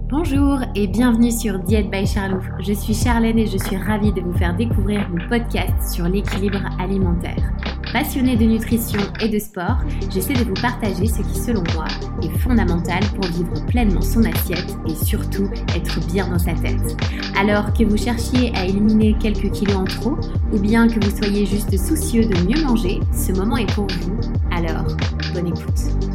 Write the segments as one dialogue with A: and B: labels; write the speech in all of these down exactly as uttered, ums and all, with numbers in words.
A: Bonjour et bienvenue sur Diète by Charlouf. Je suis Charlène et je suis ravie de vous faire découvrir mon podcast sur l'équilibre alimentaire. Passionnée de nutrition et de sport, j'essaie de vous partager ce qui, selon moi, est fondamental pour vivre pleinement son assiette et surtout être bien dans sa tête. Alors que vous cherchiez à éliminer quelques kilos en trop ou bien que vous soyez juste soucieux de mieux manger, ce moment est pour vous. Alors, bonne écoute.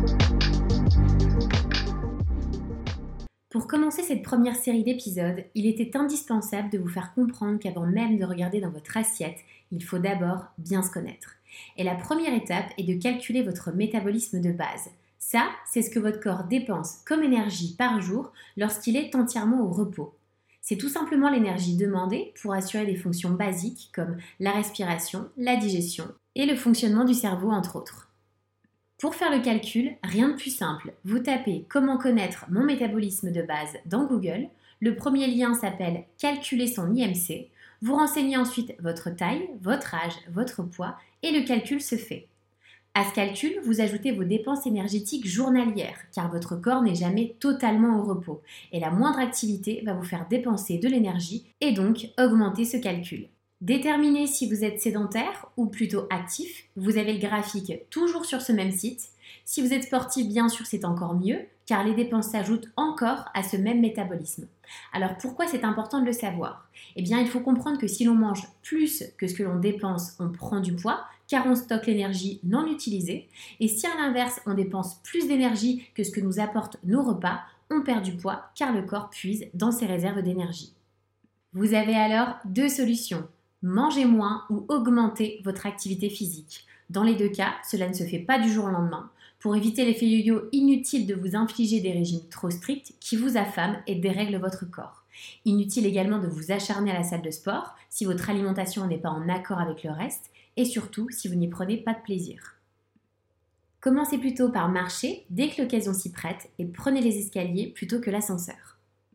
A: Pour commencer cette première série d'épisodes, il était indispensable de vous faire comprendre qu'avant même de regarder dans votre assiette, il faut d'abord bien se connaître. Et la première étape est de calculer votre métabolisme de base. Ça, c'est ce que votre corps dépense comme énergie par jour lorsqu'il est entièrement au repos. C'est tout simplement l'énergie demandée pour assurer des fonctions basiques comme la respiration, la digestion et le fonctionnement du cerveau entre autres. Pour faire le calcul, rien de plus simple. Vous tapez « Comment connaître mon métabolisme de base » dans Google. Le premier lien s'appelle « Calculer son I M C ». Vous renseignez ensuite votre taille, votre âge, votre poids et le calcul se fait. À ce calcul, vous ajoutez vos dépenses énergétiques journalières car votre corps n'est jamais totalement au repos et la moindre activité va vous faire dépenser de l'énergie et donc augmenter ce calcul. Déterminez si vous êtes sédentaire ou plutôt actif. Vous avez le graphique toujours sur ce même site. Si vous êtes sportif, bien sûr, c'est encore mieux car les dépenses s'ajoutent encore à ce même métabolisme. Alors pourquoi c'est important de le savoir ? Eh bien, il faut comprendre que si l'on mange plus que ce que l'on dépense, on prend du poids car on stocke l'énergie non utilisée. Et si à l'inverse, on dépense plus d'énergie que ce que nous apportent nos repas, on perd du poids car le corps puise dans ses réserves d'énergie. Vous avez alors deux solutions. Mangez moins ou augmentez votre activité physique. Dans les deux cas, cela ne se fait pas du jour au lendemain. Pour éviter l'effet yo-yo, inutile de vous infliger des régimes trop stricts qui vous affament et dérèglent votre corps. Inutile également de vous acharner à la salle de sport si votre alimentation n'est pas en accord avec le reste et surtout si vous n'y prenez pas de plaisir. Commencez plutôt par marcher dès que l'occasion s'y prête et prenez les escaliers plutôt que l'ascenseur.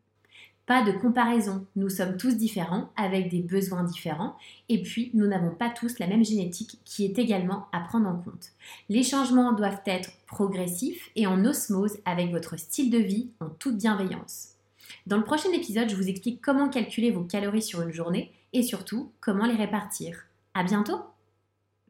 A: Pas de comparaison, nous sommes tous différents, avec des besoins différents, et puis nous n'avons pas tous la même génétique qui est également à prendre en compte. Les changements doivent être progressifs et en osmose avec votre style de vie en toute bienveillance. Dans le prochain épisode, je vous explique comment calculer vos calories sur une journée et surtout comment les répartir. À bientôt!